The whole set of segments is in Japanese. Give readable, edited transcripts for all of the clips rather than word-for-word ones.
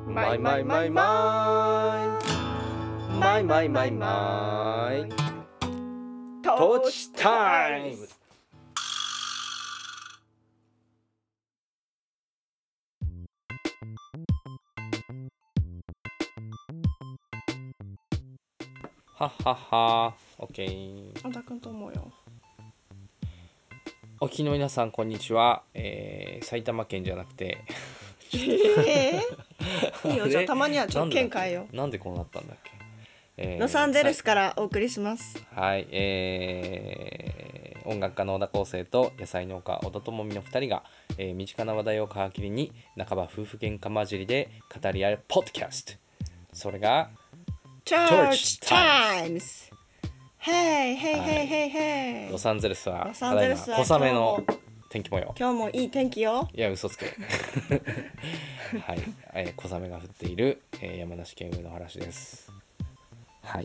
マイマイマイマイマイマイマイマイトーチタイム。はっはっは。オッケー。 あだくんと思うよ。 お聞きの皆さんこんにちは。埼玉県じゃなくていいよ、じゃあたまにはちょっと県変えよなんでこうなったんだっけ。 ロサンゼルスからお送りします。 はい、音楽家の小田康生と野菜農家小田智美の2人が、身近な話題を皮切りに半ば夫婦喧嘩交じりで語り合うポッドキャスト。それがチャーチタイムズ。ヘイヘイヘイヘイヘイ。 ロサンゼルスはロサンゼルスは小雨の天気模様。 今日もいい天気よ。 いや嘘つけはい、小雨が降っている、山梨県上野原市です。はい、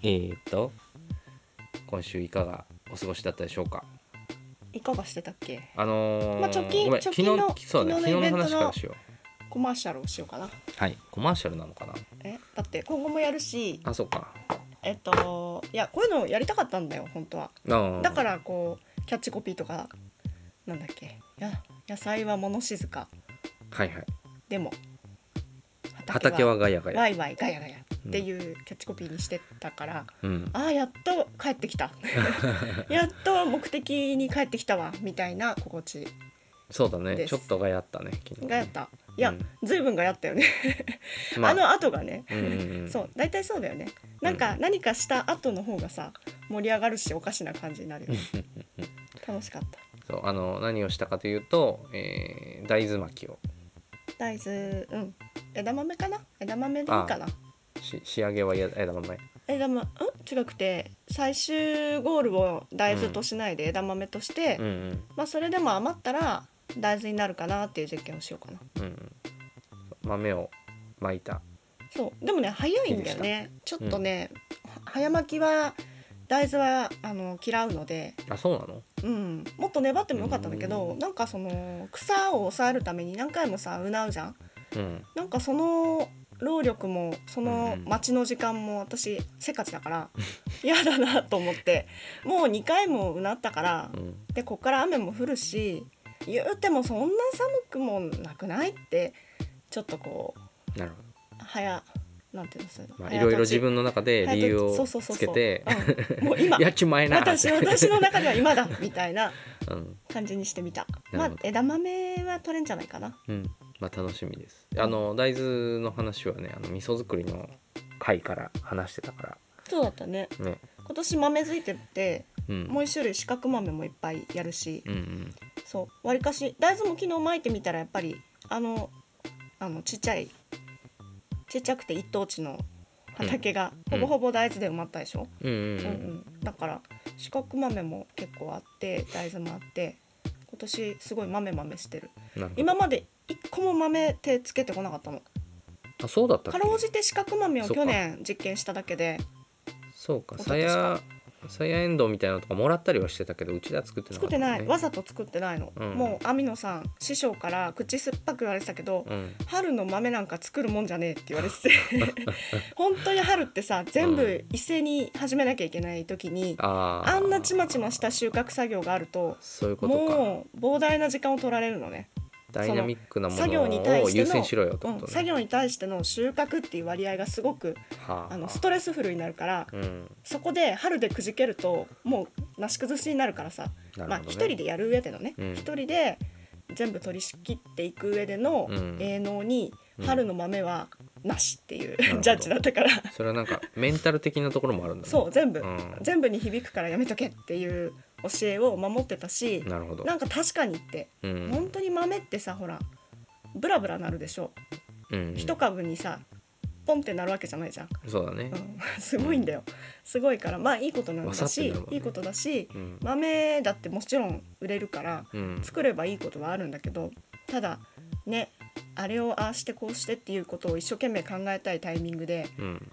今週いかがお過ごしだったでしょうか。 いかがしてたっけ。 直近昨日の話からしよう。 コマーシャルをしようかな。 はい、コマーシャルなのかな。 だって今後もやるし。 あ、そうか。 いやこういうのやりたかったんだよ本当は。だからこうキャッチコピーとかなんだっけ、野菜は物静か。 はいはい。 でも畑はガヤガヤ。 ワイワイガヤガヤっていうキャッチコピーにしてたから、やっと帰ってきたやっと目的に帰ってきたわみたいな心地。 そうだね。ちょっとガヤったね。 ガヤった。いや、ずいぶんガヤったよねあの後がね、そう大体そうだよね。なんか何かした後の方がさ盛り上がるしおかしな感じになるよね楽しかった。 そう何をしたかというと、大豆巻きを。 大豆、枝豆かな。枝豆でいいかな。 仕上げは枝豆。 違くて最終ゴールを大豆としないで枝豆として、それでも余ったら大豆になるかなっていう実験をしようかな。 豆を巻いた。 そうでもね早いんだよね。ちょっとね、早巻きは大豆は嫌うので。 あ、そうなの？ もっと粘ってもよかったんだけど、なんかその草を抑えるために何回もさうなうじゃん。なんかその労力もその待ちの時間も私せっかちだから嫌だなと思ってもう2回もうなったから、でこっから雨も降るし言うてもそんな寒くもなくないってちょっとこうなるほどなんていうのそれ、 いろいろ自分の中で理由をつけてもう今やっちまえな私の中では今だみたいな感じにしてみた。枝豆は取れんじゃないかな。 楽しみです。大豆の話はね味噌作りの回から話してたから。 そうだったね。今年豆づいてて、もう一種類四角豆もいっぱいやるし、そうわりかし大豆も昨日巻いてみたらやっぱりちっちゃくて一等地の畑がほぼほぼ大豆で埋まったでしょ。だから四角豆も結構あって大豆もあって今年すごい豆してる。今まで一個も豆手つけてこなかったの。 あ、そうだったっけ。 かろうじて四角豆を去年実験しただけで。 そうか。さやえんどうみたいなのとかもらったりはしてたけどうちでは作ってなかった、ね、 作ってない。わざと作ってないの、もう網野さん師匠から口酸っぱく言われてたけど、春の豆なんか作るもんじゃねえって言われてて本当に春ってさ全部一斉に始めなきゃいけない時に、あんなちまちました収穫作業があると、 そういうことか。 もう膨大な時間を取られるのね。 ダイナミックなものを優先しろよってことね。 作業に対しての収穫っていう割合がすごくストレスフルになるから、そこで春でくじけるともうなし崩しになるからさ、一人でやる上でのね、一人で全部取り仕切っていく上での営農に春の豆はなしっていうジャッジだったから。 それはなんかメンタル的なところもあるんだね。 そう全部に響くからやめとけっていう教えを守ってたし、なんか確かにって、本当に豆ってさほらブラブラなるでしょ、一株にさポンってなるわけじゃないじゃん。 そうだね、 すごいんだよ、すごいからいいことなんだし、いいことだし、豆だってもちろん売れるから、作ればいいことはあるんだけど、ただねあれをああしてこうしてっていうことを一生懸命考えたいタイミングで、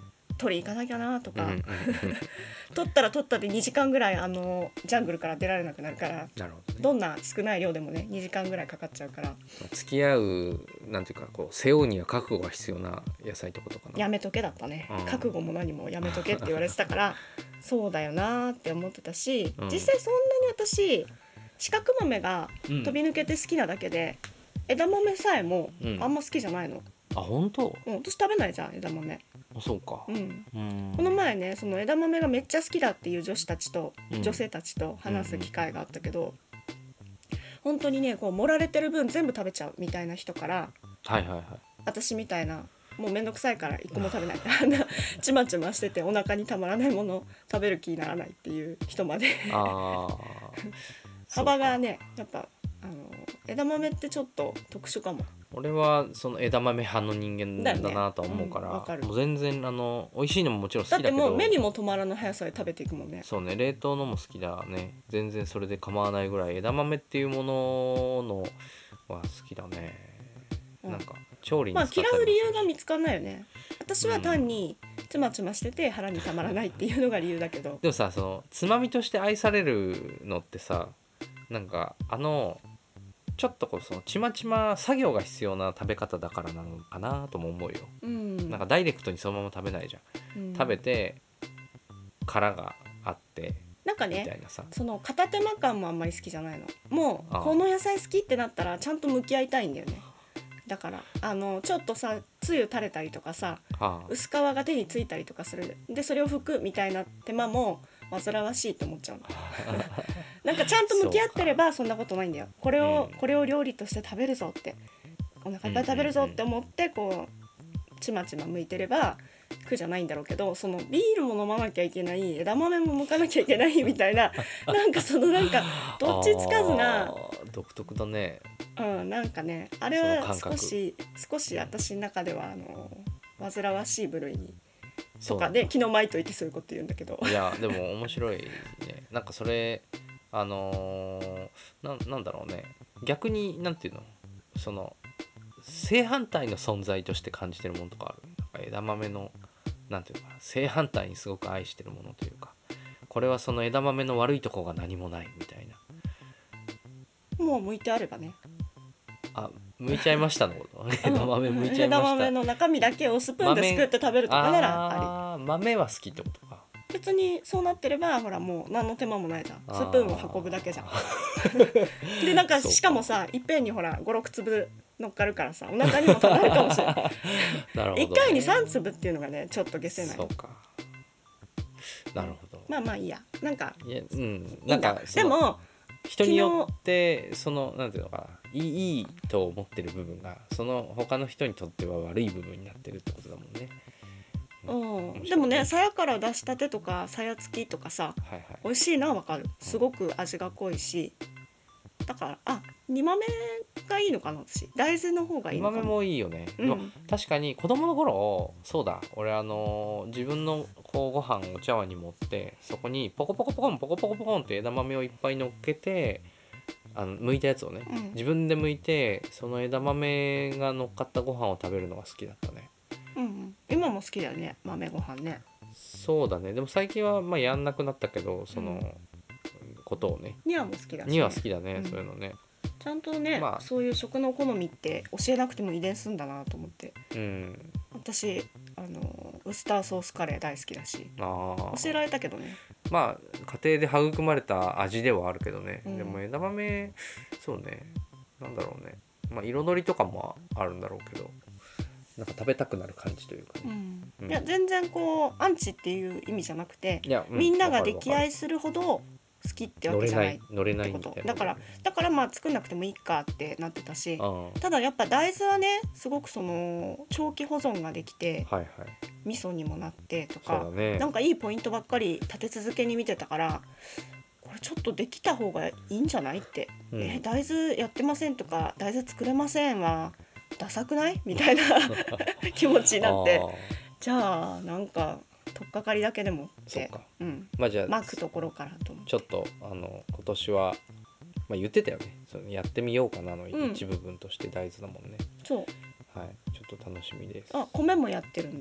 取り行かなきゃなとか、 うんうんうん、 取ったら取ったで2時間ぐらいジャングルから出られなくなるから、 なるほどね、 どんな少ない量でもね2時間ぐらいかかっちゃうから、 付き合うなんていうかこう背負うには覚悟が必要な野菜ってことかな。 やめとけだったね、 うん、 覚悟も何もやめとけって言われてたからそうだよなって思ってたし、 うん、 実際そんなに私四角豆が飛び抜けて好きなだけで、枝豆さえもあんま好きじゃないの、 あ、本当？ 私食べないじゃん枝豆。 あ、そうか、 この前ねその枝豆がめっちゃ好きだっていう女性たちと話す機会があったけど、本当にねこう盛られてる分全部食べちゃうみたいな人から、 はいはいはい、 私みたいなもうめんどくさいから一個も食べないちまちましててお腹にたまらないもの食べる気にならないっていう人まであ幅がねやっぱ枝豆ってちょっと特殊かも。 俺はその枝豆派の人間だなと思うから、 かるもう全然美味しいのももちろん好きだけど、 だってもう目にも止まらぬ速さで食べていくもんね。 そうね、冷凍のも好きだね、全然それで構わないぐらい枝豆っていうもののは好きだね、なんか調理に使ったり嫌う理由が見つかんないよね。私は単にちまちましてて腹にたまらないっていうのが理由だけど、 でもさ、そのつまみとして愛されるのってさ、なんかちょっとこうそのちまちま作業が必要な食べ方だからなのかなとも思うよ、なんかダイレクトにそのまま食べないじゃん、食べて殻があってなんかね、その片手間感もあんまり好きじゃないの。もうこの野菜好きってなったらちゃんと向き合いたいんだよね。だからちょっとさつゆ垂れたりとかさ、薄皮が手についたりとかするでそれを拭くみたいな手間も煩わしいと思っちゃうのなんかちゃんと向き合ってればそんなことないんだよ。これを料理として食べるぞって、お腹いっぱい食べるぞって思ってこうちまちま剥いてれば苦じゃないんだろうけど、そのビールも飲まなきゃいけない枝豆も剥かなきゃいけないみたいななんかそのなんかどっちつかずな独特だね。 なんかねあれは少し私の中では煩わしい部類にとかで気の巻いといてそういうこと言うんだけど、 いやでも面白いね。なんかそれなんだろうね、逆になんていうの、その正反対の存在として感じてるものとかある。なんか枝豆のなんていうのかな、正反対にすごく愛してるものというか、これはその枝豆の悪いとこが何もないみたいな。 もう剥いてあればね。 剥いちゃいましたのこと枝豆剥いちゃいました。枝豆の中身だけをスプーンですくって食べるとかならあり。豆は好きってことか。 別にそうなってればほらもう何の手間もないじゃん。スプーンを運ぶだけじゃんでなんかしかもさいっぺんにほら 5,6 粒乗っかるからさお腹にも食べるかもしれないなるほど、ね、1回に3粒っていうのがねちょっと下せない。 そうか、なるほど。 まあいいや、なんかなんかでも人によってそのなんていうのかな、いいと思ってる部分がその他の人にとっては悪い部分になってるってことだもんね。 でもね、鞘から出したてとか鞘付きとかさ、美味しいのはわかる。すごく味が濃いし、だから煮豆がいいのかな。私大豆の方がいいのかな。 煮豆もいいよね、でも確かに子供の頃そうだ、俺自分のこうご飯お茶碗に盛ってそこにポコポコポコンポコポコポコンって枝豆をいっぱい乗っけて剥いたやつをね、自分で剥いてその枝豆が乗っかったご飯を食べるのが好きだったね。 今も好きだよね、豆ご飯ね。 そうだね。でも最近はまあやんなくなったけどそのことをね。 にはも好きだし、 には好きだね、そういうのね。 ちゃんとね、そういう食の好みって教えなくても遺伝するんだなと思って。私ウスターソースカレー大好きだし、教えられたけどね。 まあ家庭で育まれた味ではあるけどね、でも枝豆そうね、なんだろうね、まあ彩りとかもあるんだろうけど、なんか食べたくなる感じというかね、 いや全然こうアンチっていう意味じゃなくて、みんなが溺愛するほど好きってわけじゃないってこと。だからまあ作んなくてもいいかってなってたし、ただやっぱ大豆はねすごくその長期保存ができて、味噌にもなってとか、なんかいいポイントばっかり立て続けに見てたから、これちょっとできた方がいいんじゃないって、大豆やってませんとか大豆作れませんはダサくないみたいな気持ちになって、じゃあなんか取っかかりだけでもってまあじゃあ巻くところからと思って、 ちょっと今年は、まあ、言ってたよね、そのやってみようかなの一部分として大豆だもんね。 そう、 はい、ちょっと楽しみです。 米もやってるんだよ。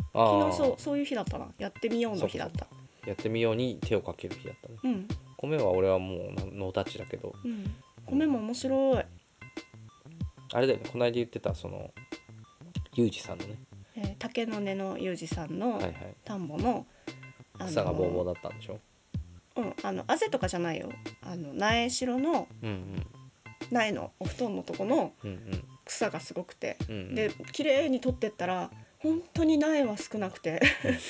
昨日そういう日だったな。やってみようの日だった。 やってみように手をかける日だったね。 うん。 米は俺はもうノータッチだけど、 うん、米も面白い。 あれだよね、この間言ってたそのユージさんのね、 竹の根のユージさんの田んぼの、 草がぼうぼうだったんでしょ。 うん、あぜとかじゃないよ。苗代の、苗のお布団のとこの草がすごくて、で綺麗に取ってったら本当に苗は少なくて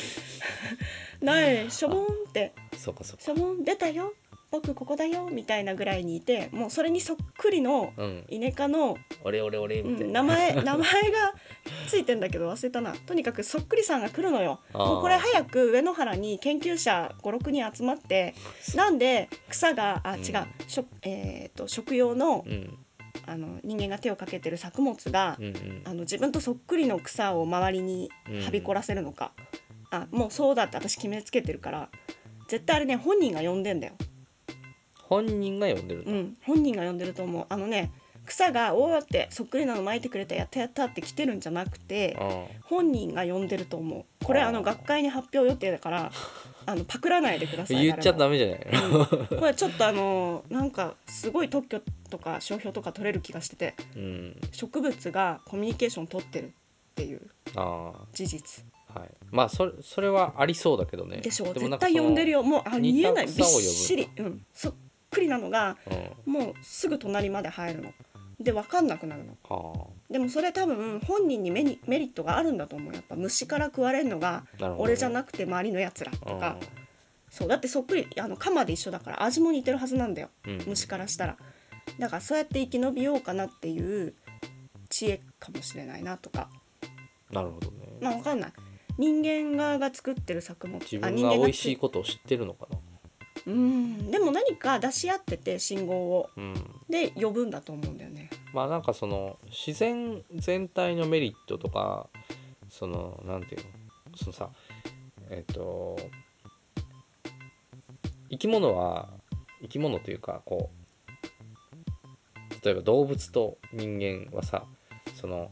苗しょぼんってしょぼん出たよ僕ここだよみたいなぐらいにいて、もうそれにそっくりのイネ科の、 オレオレオレみたいな、名前がついてんだけど忘れたな。とにかくそっくりさんが来るのよ。もうこれ早く上野原に研究者 5,6 人集まってなんで草が食用の、人間が手をかけてる作物が、自分とそっくりの草を周りにはびこらせるのか、もうそうだって私決めつけてるから、絶対あれね本人が呼んでんだよ。 本人が呼んでるの、本人が呼んでると思う。草がおーってそっくりなの巻いてくれたやったやったって来てるんじゃなくて、本人が呼んでると思う。これ学会に発表予定だからパクらないでください。 言っちゃダメじゃないの、これちょっとなんかすごい特許とか商標とか取れる気がしてて、植物がコミュニケーション取ってるっていう事実。 はい、まあそれはありそうだけどね。 でしょ。絶対呼んでるよ。もう見えないびっしり、そっくりなのが、もうすぐ隣まで生えるので分かんなくなるの。でもそれ多分本人にメリットがあるんだと思う。やっぱ虫から食われるのが俺じゃなくて周りのやつらとか、そうだってそっくりカマで一緒だから味も似てるはずなんだよ、虫からしたら。だからそうやって生き延びようかなっていう知恵かもしれないなとか。 なるほどね。 まあ分かんない。人間側が作ってる作物、 自分が美味しいことを知ってるのかな。 でも何か出し合ってて信号を、で呼ぶんだと思うんだよね。 まあなんかその自然全体のメリットとか、そのなんていうの、そのさ生き物というかこう、例えば動物と人間はさ、その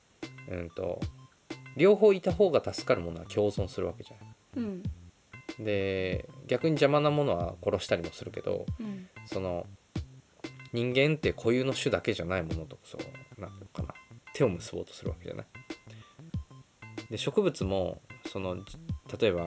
両方いた方が助かるものは共存するわけじゃん。で逆に邪魔なものは殺したりもするけど、その人間って固有の種だけじゃないものとそうなんていうのかな、手を結ぼうとするわけじゃない。で植物もその例えば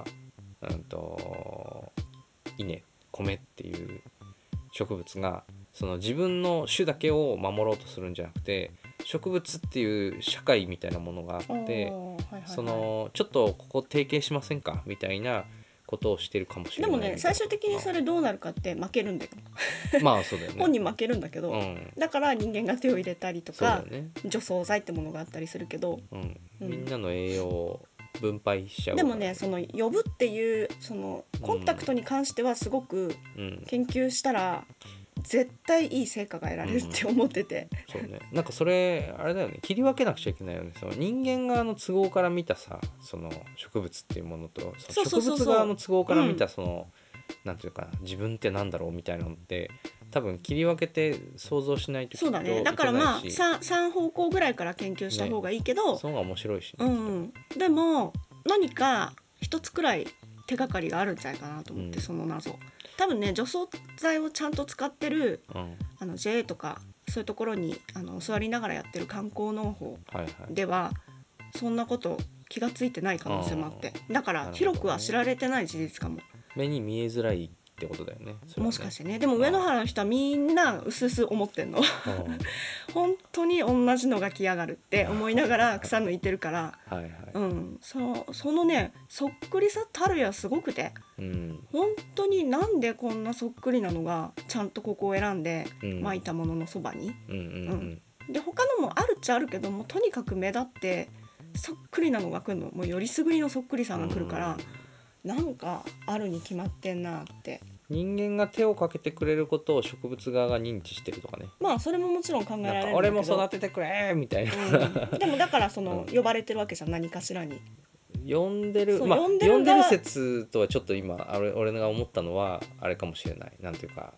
稲米っていう植物がその自分の種だけを守ろうとするんじゃなくて、植物っていう社会みたいなものがあって、そのちょっとここ提携しませんかみたいなことをしてるかもしれない。 でもね最終的にそれどうなるかって負けるんだよまあそうだよね。 本人負けるんだけど、だから人間が手を入れたりとか、除草剤ってものがあったりするけど、 みんなの栄養を分配しちゃう。 でもねその呼ぶっていうそのコンタクトに関してはすごく研究したら絶対いい成果が得られるって思ってて、 そうね。なんかそれあれだよね、切り分けなくちゃいけないよね。その人間側の都合から見たさ、その植物っていうものとその植物側の都合から見たそのなんていうか自分ってなんだろうみたいなのって多分切り分けて想像しないといけないし。 そうだね。だからまあ 3方向ぐらいから研究した方がいいけど、 ね、その方が面白いしね、 でも何か一つくらい手がかりがあるんじゃないかなと思って、その謎多分ね除草剤をちゃんと使ってる、JA とかそういうところに教わりながらやってる観光農法では、そんなこと気がついてない可能性もあって、だから広くは知られてない事実かも。 目に見えづらいってことだよね。 もしかしてね。でも上野原の人はみんなうすうす思ってんの本当に同じのが来やがるって思いながら草抜いてるからそのねそっくりさたるやすごくて、本当になんでこんなそっくりなのがちゃんとここを選んで巻いたもののそばに、で他のもあるっちゃあるけども、とにかく目立ってそっくりなのが来るの。もうよりすぐりのそっくりさんが来るから、なんかあるに決まってんなって。 人間が手をかけてくれることを植物側が認知してるとかね。 まあそれももちろん考えられるんだけど、 俺も育ててくれみたいな、 でもだからその呼ばれてるわけじゃん、何かしらに呼んでる。呼んでる説とはちょっと今俺が思ったのはあれかもしれない。なんていうか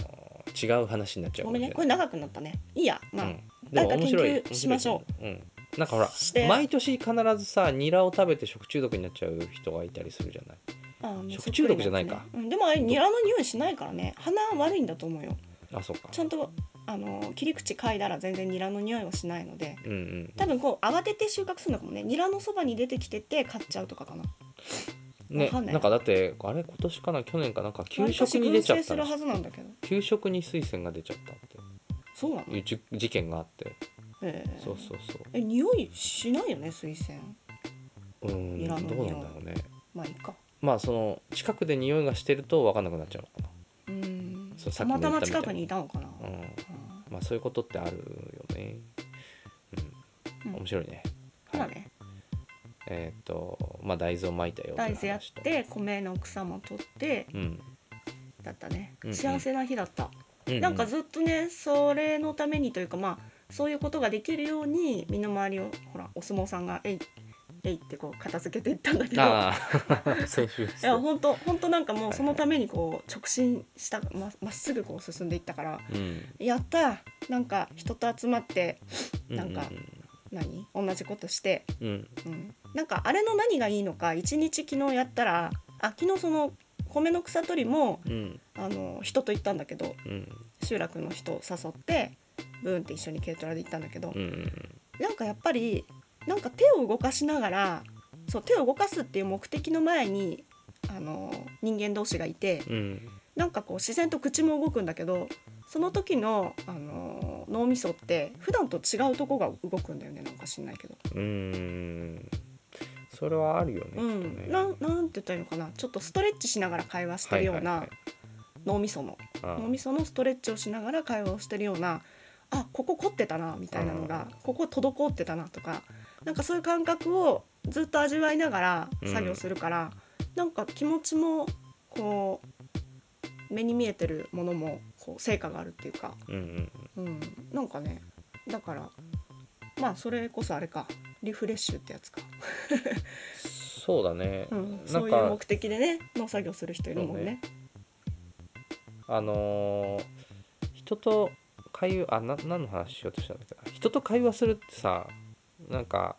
違う話になっちゃう。 ごめんね、これ長くなったね。いいや、まあ、誰か研究しましょう。 なんかほら毎年必ずさニラを食べて食中毒になっちゃう人がいたりするじゃない。食中毒じゃないか、 でもあれニラの匂いしないからね、鼻悪いんだと思うよ。 あ、そうか。 ちゃんと切り口嗅いだら全然ニラの匂いはしないので、多分こう慌てて収穫するのかもね。ニラのそばに出てきてて買っちゃうとかかな。 ね、なんかだってあれ今年かな去年かなんか給食に出ちゃったらしい。給食に水栓が出ちゃったってそうなのいう事件があって、そう匂いしないよね水栓。 ニラの匂いどうなんだろうね。 まあいいか。 まあその近くで匂いがしてると分かんなくなっちゃうのかな。 たまたま近くにいたのかな。 まあそういうことってあるよね。面白いね。 まあね。 まあ大豆をまいたよ。 大豆やって米の草も取って、だったね。幸せな日だった。なんかずっとねそれのためにというかまあそういうことができるように身の回りをほらお相撲さんがえいってこう片付けていったんだけど、 先週いや本当なんかもうそのためにこう直進したまっすぐこう進んでいったから、やったなんか人と集まってなんか、同じことして、なんかあれの何がいいのか一日昨日やったら昨日その米の草取りも、人と行ったんだけど、集落の人を誘ってブーンって一緒に軽トラで行ったんだけど、なんかやっぱりなんか手を動かしながら手を動かすっていう目的の前に人間同士がいて、なんかこう自然と口も動くんだけどその時の、脳みそって普段と違うとこが動くんだよね。なんか知んないけどそれはあるよね。 なんて言ったらいいのかな、ちょっとストレッチしながら会話してるような、脳みそのストレッチをしながら会話をしてるような、ここ凝ってたなみたいなのが、ここ滞ってたなとか、なんかそういう感覚をずっと味わいながら作業するから、なんか気持ちもこう目に見えてるものもこう成果があるっていうか、なんかね、だからまあそれこそあれか、リフレッシュってやつかそうだね、 そういう目的でね農作業する人いるもんね。 人と会話何の話しようとしたんだっけな。人と会話するってさ、なんか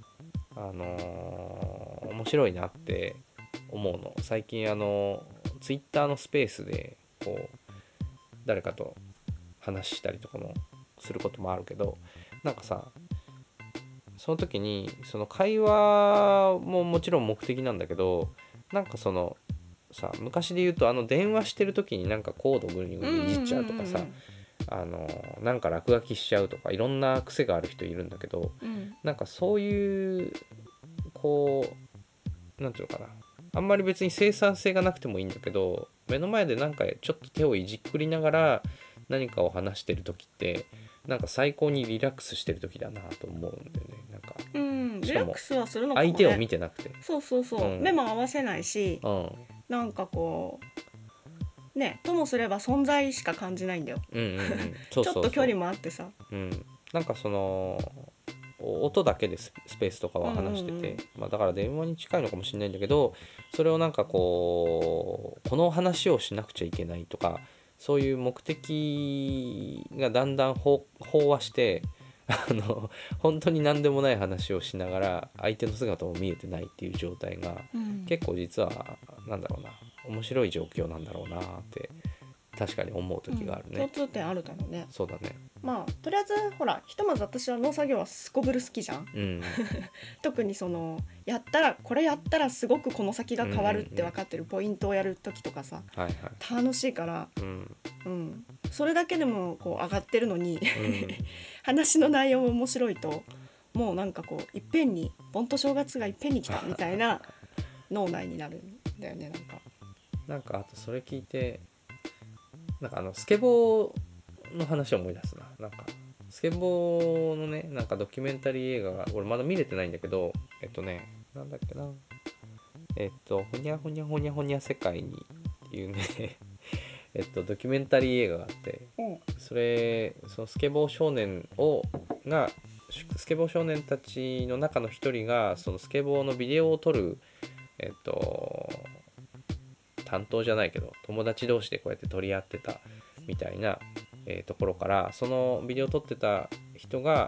面白いなって思うの。最近ツイッターのスペースでこう誰かと話したりとかもすることもあるけど、なんかさその時にその会話ももちろん目的なんだけど、なんかそのさ昔で言うと電話してる時になんかコードぐるぐるいじっちゃうとかさ、なんか落書きしちゃうとかいろんな癖がある人いるんだけど、なんかそういうこうなんていうのかな、あんまり別に生産性がなくてもいいんだけど、目の前でなんかちょっと手をいじっくりながら何かを話してる時ってなんか最高にリラックスしてる時だなと思うんだよね。なんか、 リラックスはするのかもね。 相手を見てなくて、 目も合わせないし、なんかこうね、ともすれば存在しか感じないんだよ。ちょっと距離もあってさ、 なんかその音だけでスペースとかは話してて、だから電話に近いのかもしれないんだけど、それをなんかこの話をしなくちゃいけないとか、そういう目的がだんだん飽和して本当に何でもない話をしながら相手の姿も見えてないっていう状態が、結構実はなんだろうな、面白い状況なんだろうなって確かに思う時があるね。 共通点あるだろうね。 そうだね。 まあとりあえずほら、ひとまず私は農作業はすこぶる好きじゃん、特にそのこれやったらすごくこの先が変わるって分かってるポイントをやる時とかさ、楽しいから、それだけでもこう上がってるのに、話の内容も面白いと、もうなんかこういっぺんに盆と正月がいっぺんに来たみたいな脳内になるんだよね。 なんかあとそれ聞いて、なんかスケボーの話を思い出すな。なんかスケボーのね、なんかドキュメンタリー映画が俺まだ見れてないんだけど、なんだっけな、ほにゃほにゃほにゃほにゃ世界にっていうねドキュメンタリー映画があって、そのスケボー少年スケボー少年たちの中の一人がそのスケボーのビデオを撮る担当じゃないけど友達同士でこうやって取り合ってたみたいな、ところから、そのビデオ撮ってた人が、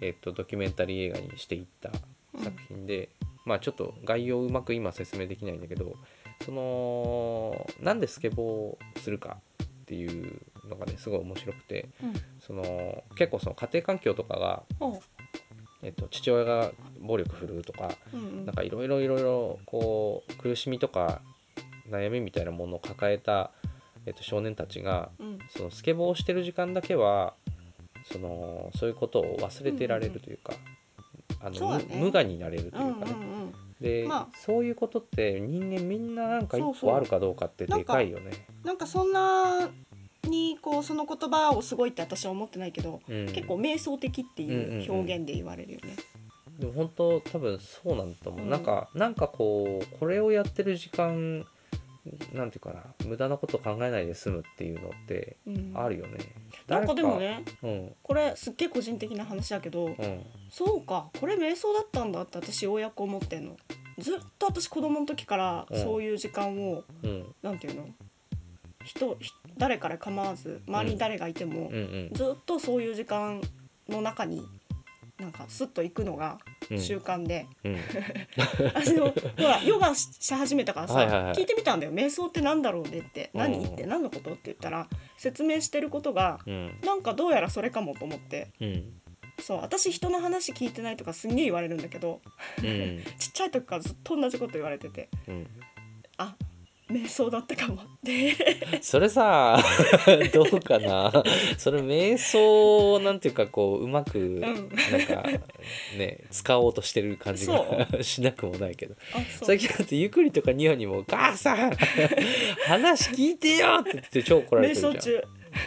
ドキュメンタリー映画にしていった作品で、まあちょっと概要をうまく今説明できないんだけど、そのなんでスケボーするかっていうのがねすごい面白くて、その結構その家庭環境とかが、父親が暴力振るうとか、なんかいろいろこう苦しみとか悩みみたいなものを抱えた、少年たちが、そのスケボーをしてる時間だけはそういうことを忘れてられるというか、無我になれるというかね、で、そういうことって人間みんななんか一個あるかどうかってでかいよね。 なんかそんなにこうその言葉をすごいって私は思ってないけど、結構瞑想的っていう表現で言われるよね。 でも本当多分そうなんだと思う、なんかこうこれをやってる時間なんていうかな、無駄なこと考えないで済むっていうのってあるよね、 なんかでもね、これすっげえ個人的な話だけど、そうかこれ瞑想だったんだって私ようやく思ってんの。ずっと私子供の時からそういう時間を、なんていうの、誰から構わず周りに誰がいても、ずっとそういう時間の中になんかスッと行くのが習慣で、ほらヨガし始めたからさ、聞いてみたんだよ。瞑想ってなんだろうねって、何のことって言ったら説明してることが、なんかどうやらそれかもと思って、そう私人の話聞いてないとかすんげえ言われるんだけど、ちっちゃい時からずっと同じこと言われてて、あ瞑想だったかもってそれさどうかな、それ瞑想なんていうかこううまくなんかね使おうとしてる感じがしなくもないけど、最近だってゆくりとかニオにも母さん話聞いてよって言って超怒られてるじゃん。瞑想中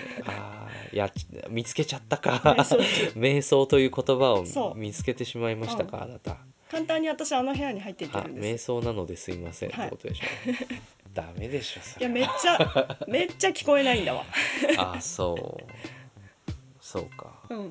見つけちゃったか瞑想という言葉を見つけてしまいましたか、あなた。 簡単に私あの部屋に入っていけるんです。 瞑想なのですいません、ってことでしょ。ダメでしょそれ。 いやめっちゃ聞こえないんだわそうか、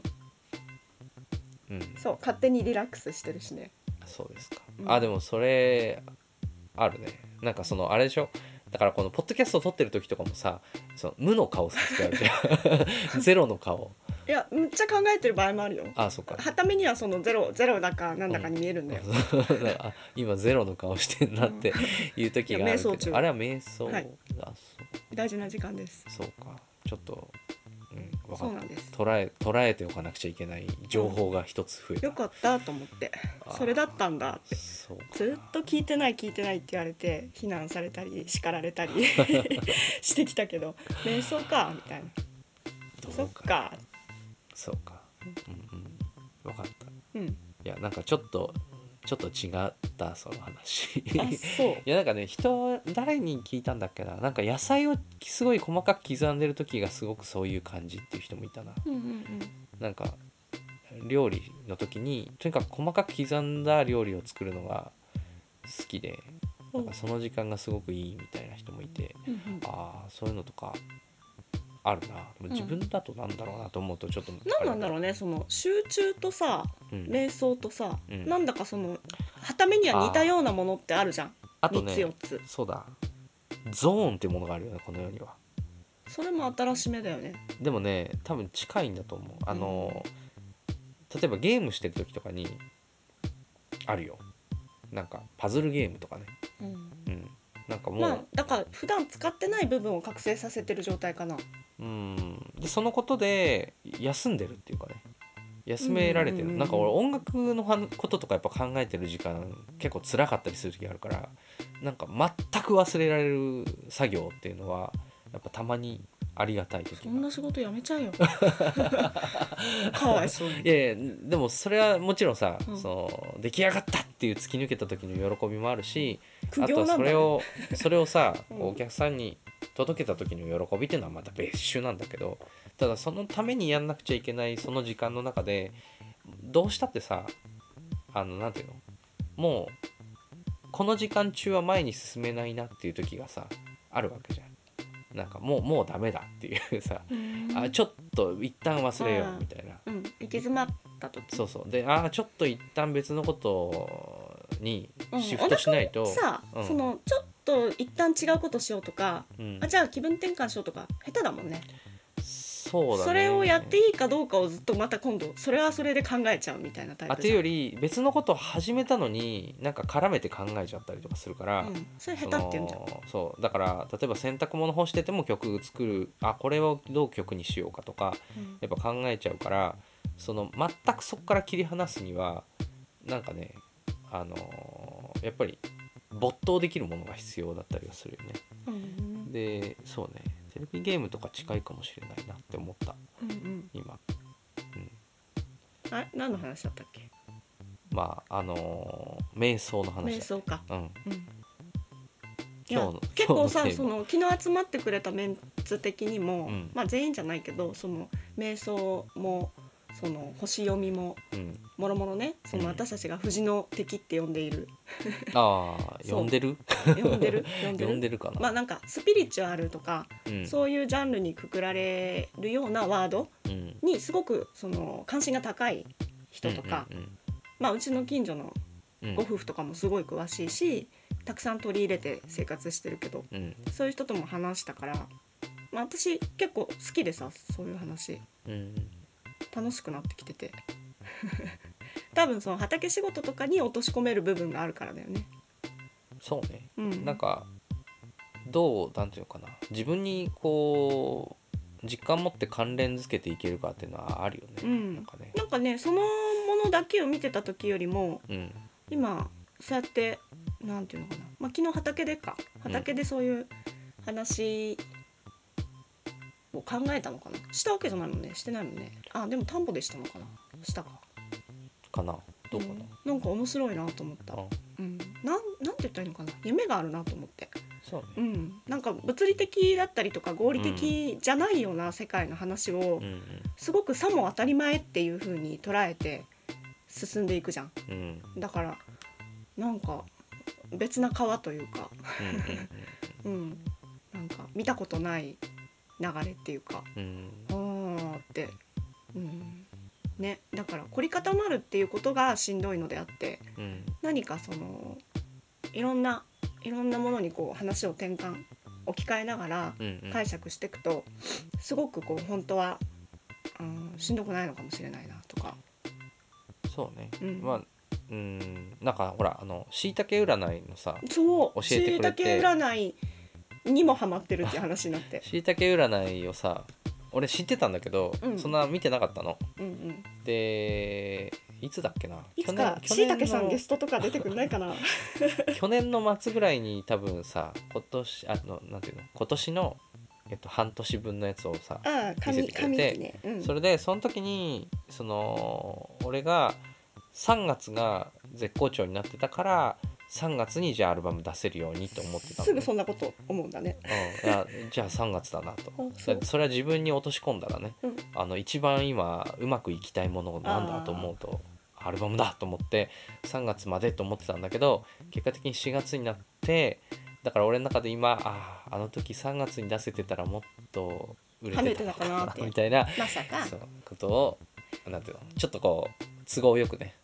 そう勝手にリラックスしてるしね。 そうですか、でもそれあるね。なんかそのあれでしょ、だからこのポッドキャストを撮ってる時とかもさ、その無の顔する時あるじゃんゼロの顔。 いやめっちゃ考えてる場合もあるよ。 そうか。 はためにはそのゼロだかなんだかに見えるんだよ、 今ゼロの顔してんなっていう時があるけど、瞑想中。あれは瞑想、そう大事な時間です。 そうか、ちょっと分かった。 そうなんです。 捉えておかなくちゃいけない情報が一つ増えた、 よかったと思って、それだったんだって。ずっと聞いてないって言われて非難されたり叱られたりしてきたけど、瞑想かみたいな。そっかそうか、分かった。いやなんかちょっと違ったその話そういやなんかね、誰に聞いたんだっけな、なんか野菜をすごい細かく刻んでる時がすごくそういう感じっていう人もいたな。なんか料理の時にとにかく細かく刻んだ料理を作るのが好きで、なんかその時間がすごくいいみたいな人もいて、そういうのとかあるな。でも自分だとなんだろうなと思うとちょっと何なんだろうね、その集中とさ、瞑想とさ、なんだかそのはためには似たようなものってあるじゃん。 あとね、 3つ4つ。 そうだ、ゾーンっていうものがあるよねこの世には。 それも新しめだよね。 でもね多分近いんだと思う。例えばゲームしてる時とかにあるよ、なんかパズルゲームとかね、なんかもう、 だから普段使ってない部分を覚醒させてる状態かな。 でそのことで休んでるっていうかね、休められてる。なんか俺音楽のこととかやっぱ考えてる時間結構辛かったりする時あるから、なんか全く忘れられる作業っていうのはやっぱたまにありがたい時が。 そんな仕事やめちゃうよかわいそうに。 いやでもそれはもちろんさ、その出来上がったっていう突き抜けた時の喜びもあるし、あとそれをさ、お客さんに届けた時の喜びっていうのはまた別種なんだけど、ただそのためにやんなくちゃいけないその時間の中でどうしたってさ、なんていうの、もうこの時間中は前に進めないなっていう時がさあるわけじゃん。なんかもうダメだっていうさ、ちょっと一旦忘れようみたいな、 行き詰まった時。 そうで、ちょっと一旦別のことにシフトしないと、 そのちょっと一旦違うことしようとか、じゃあ気分転換しようとか下手だもんね。 そうだね。 それをやっていいかどうかをずっとまた今度それはそれで考えちゃうみたいなタイプじゃん。 というより別のことを始めたのになんか絡めて考えちゃったりとかするから、 それ下手って言うんじゃん。 そうだから例えば洗濯物干してても曲作る、これをどう曲にしようかとか、やっぱ考えちゃうから、その全くそこから切り離すにはなんかね、やっぱり没頭できるものが必要だったりはするよね。でそうね、テレビゲームとか近いかもしれないなって思った、今。 何の話だったっけ。 瞑想の話。 瞑想か。 今日の結構さ、その昨日集まってくれたメンツ的にも、全員じゃないけど、その瞑想もその星読みも、もろもろね、その私たちが藤の敵って呼んでいる呼んでる呼んでるかな。 なんかスピリチュアルとか、そういうジャンルにくくられるようなワードにすごくその関心が高い人とか、うちの近所のご夫婦とかもすごい詳しいし、たくさん取り入れて生活してるけど、そういう人とも話したから、私結構好きでさ、そういう話、楽しくなってきてて多分その畑仕事とかに落とし込める部分があるからだよね。 そうね、なんかなんていうのかな、自分にこう実感持って関連づけていけるかっていうのはあるよね。 なんかね、そのものだけを見てた時よりも、今そうやってなんていうのかな、昨日畑でそういう話を考えたのかな、したわけじゃないもんね、してないもんね。でも田んぼでしたのかな、したかな、どうかな、 なんか面白いなと思った。なんて言ったらいいのかな、夢があるなと思って。 そうね、 なんか物理的だったりとか合理的じゃないような世界の話を、すごくさも当たり前っていう風に捉えて進んでいくじゃん。だからなんか別な川というかなんか見たことない流れっていうか、って、ね、だから凝り固まるっていうことがしんどいのであって、何かそのいろんなものにこう話を置き換えながら解釈していくと、すごくこう本当は、しんどくないのかもしれないなとか。 そうね、なんかほらしいたけ占いのさ、 そう教えてくれて、 しいたけ占いにもハマってるっていう話になってしいたけ占いをさ、俺知ってたんだけど、そんな見てなかったの。でいつだっけな、 いつかしいたけさんゲストとか出てくんないかな去年の末ぐらいに多分さ、今年の半年分のやつをさ見せてくれて、それでその時に俺が3月が絶好調になってたから、3月にじゃあアルバム出せるようにと思ってたの、 すぐそんなこと思うんだね。 じゃあ3月だなと。それは自分に落とし込んだらね、一番今うまくいきたいものなんだと思うと、アルバムだと思って3月までと思ってたんだけど、結果的に4月になって、だから俺の中で今あの時3月に出せてたらもっと売れてたかなみたいな、 まさかそうことをなんていうの、ちょっとこう都合よくね、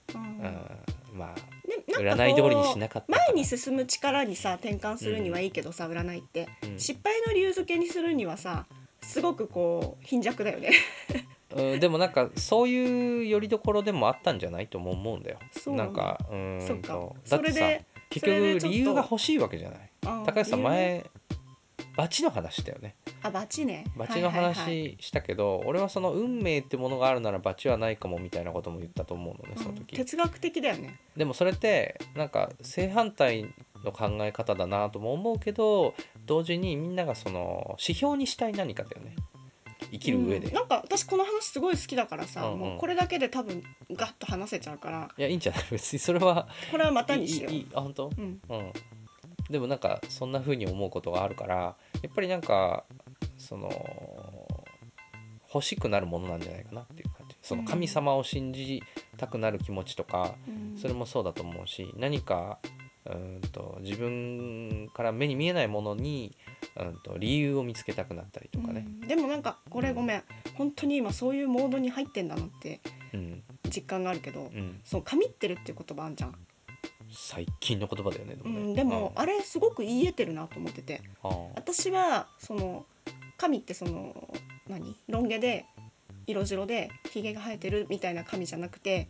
占い通りにしなかったから。 前に進む力にさ転換するにはいいけどさ、占いって、失敗の理由付けにするにはさ、すごくこう貧弱だよねでもなんかそういうよりどころでもあったんじゃないとも思うんだよ。なんかそっか、 だってさ、結局理由が欲しいわけじゃない。高橋さん前バチの話したよね。 バチね。 バチの話したけど、俺はその運命ってものがあるならバチはないかもみたいなことも言ったと思うのね、その時。 哲学的だよね。 でもそれってなんか正反対の考え方だなとも思うけど、同時にみんながその指標にしたい何かだよね、生きる上で。 なんか私この話すごい好きだからさ、もうこれだけで多分ガッと話せちゃうから。 いや、いいんじゃない、別にそれはこれはまたにしよう。 本当？でもなんかそんな風に思うことがあるから、やっぱりなんかその欲しくなるものなんじゃないかなっていう感じ。その神様を信じたくなる気持ちとか、それもそうだと思うし、何か自分から目に見えないものに理由を見つけたくなったりとかね。 でもなんかこれごめん、本当に今そういうモードに入ってんだなって実感があるけど、その神ってるっていう言葉あんじゃん。 最近の言葉だよね。 でもあれすごく言い得てるなと思ってて、私はその神ってそのロン毛で色白でひげが生えてるみたいな髪じゃなくて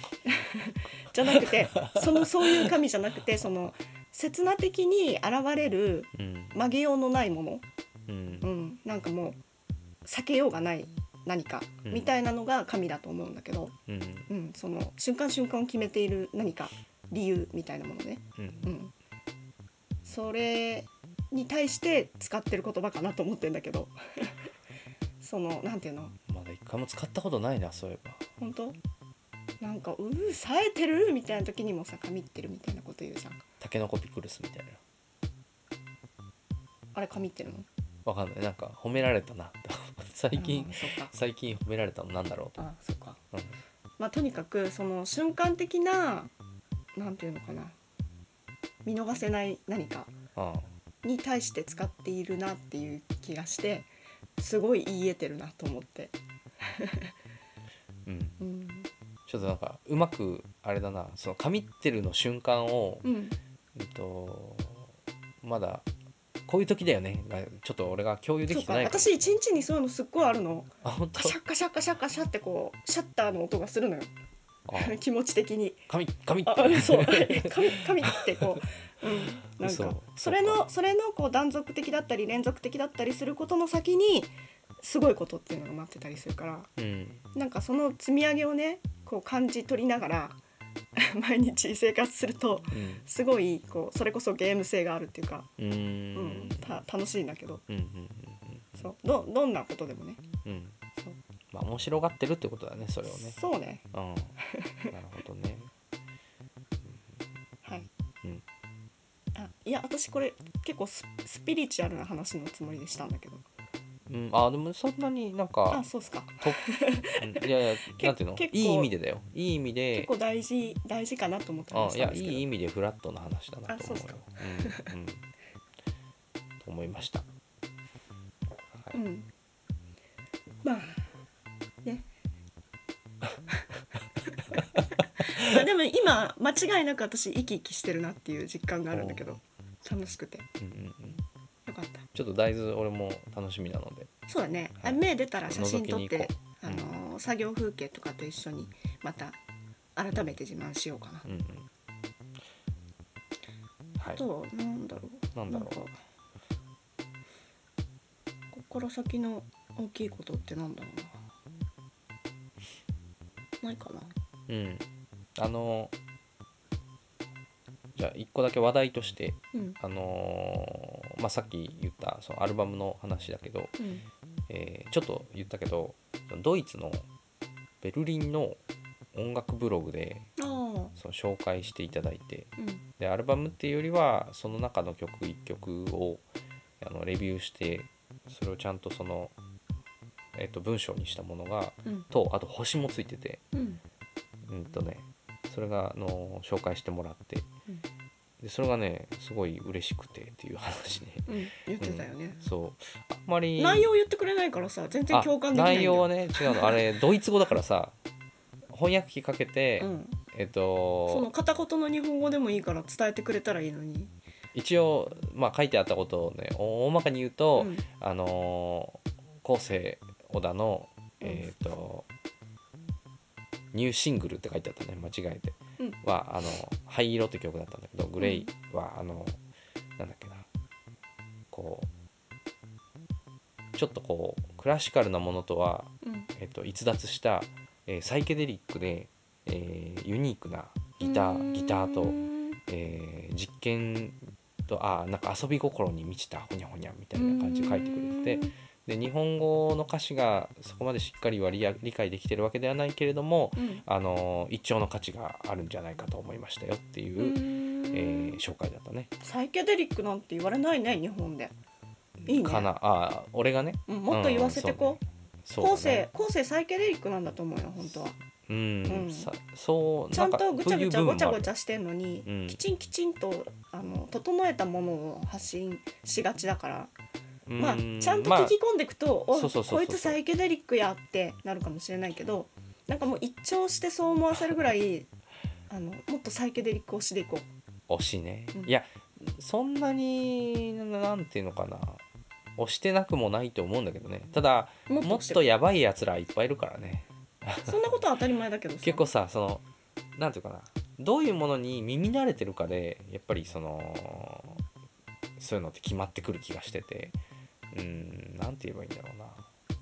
そういう髪じゃなくて、その刹那的に現れる曲げようのないもの、なんかもう避けようがない何かみたいなのが神だと思うんだけど、その瞬間瞬間を決めている何か理由みたいなものね、それに対して使ってる言葉かなと思ってるんだけどそのなんていうの、 まだ一回も使ったことないな、そういえば。 本当なんか冴えてるみたいな時にもさ、神ってるみたいなこと言うじゃん。 タケノコピクルスみたいな。 あれ神ってるの？ わかんない、なんか褒められたな最近褒められたのなんだろうと。 そっか、まあとにかくその瞬間的ななんていうのかな、見逃せない何かに対して使っているなっていう気がして、すごい言い得てるなと思ってちょっとなんかうまくあれだな、その神ってるの瞬間を、まだこういう時だよね、ちょっと俺が共有できてないから。 私一日にそういうのすっごいあるの。 本当？ カシャカシャカシャカシャってこうシャッターの音がするのよ気持ち的に神ってそう神ってこう、なんかそれのこう断続的だったり連続的だったりすることの先にすごいことっていうのが待ってたりするから、なんかその積み上げをねこう感じ取りながら毎日生活すると、すごいこうそれこそゲーム性があるっていうか、楽しいんだけど、そうどんなことでもね、 そうまあ面白がってるってことだね、それをね。 そうね、 なるほどねはい、いや私これ結構スピリチュアルな話のつもりでしたんだけど、 でもそんなになんかそうっすかいやなんていうの、いい意味でだよ、いい意味で結構大事かなと思って話したんですけど、 いい意味でフラットな話だなと思うよ。と思いました。 まあねでも今間違いなく私生き生きしてるなっていう実感があるんだけど、楽しくて、よかった。 ちょっと大豆俺も楽しみなので。 そうだね、目出たら写真撮って作業風景とかと一緒にまた改めて自慢しようかな。あとなんだろう、ここから先の大きいことってなんだろうな、ないかな。じゃあ1個だけ話題として、さっき言ったそのアルバムの話だけど、ちょっと言ったけどドイツのベルリンの音楽ブログでその紹介していただいて、でアルバムっていうよりはその中の曲1曲をレビューして、それをちゃんとその、文章にしたものが、とあと星もついてて、それが紹介してもらって、でそれがねすごい嬉しくてっていう話ね、 言ってたよね、 そうあんまり内容言ってくれないからさ全然共感できないんだよ。 内容はね違うの、あれドイツ語だからさ翻訳機かけて、 その片言の日本語でもいいから伝えてくれたらいいのに、 一応書いてあったことをね大まかに言うと、昴生小田のニューシングルって書いてあったね、間違えて、は灰色って曲だったんだけど、グレイはなんだっけな、こうちょっとこうクラシカルなものとは、逸脱した、サイケデリックで、ユニークなギターと、実験となんか遊び心に満ちたほにゃほにゃみたいな感じで書いてくれてて、で日本語の歌詞がそこまでしっかりは理解できてるわけではないけれども、一丁の価値があるんじゃないかと思いましたよっていう、紹介だったね。 サイケデリックなんて言われないね日本で。いいね。 かな俺がね、 もっと言わせてこう。後世サイケデリックなんだと思うよ本当は。そうちゃんとぐちゃぐちゃごちゃごちゃしてんのに、きちんと整えたものを発信しがちだから。ちゃんと聞き込んでいくと、こいつサイケデリックやってなるかもしれないけど、なんかもう一聴してそう思わせるぐらいもっとサイケデリック推しでいこう。 推しね、いやそんなになんていうのかな、 押してなくもないと思うんだけどね。ただもっとやばいやつらいっぱいいるからね。 そんなことは当たり前だけどさ結構さ、なんていうかな、どういうものに耳慣れてるかでやっぱりそういうのって決まってくる気がしてて、なんて言えばいいんだろうな、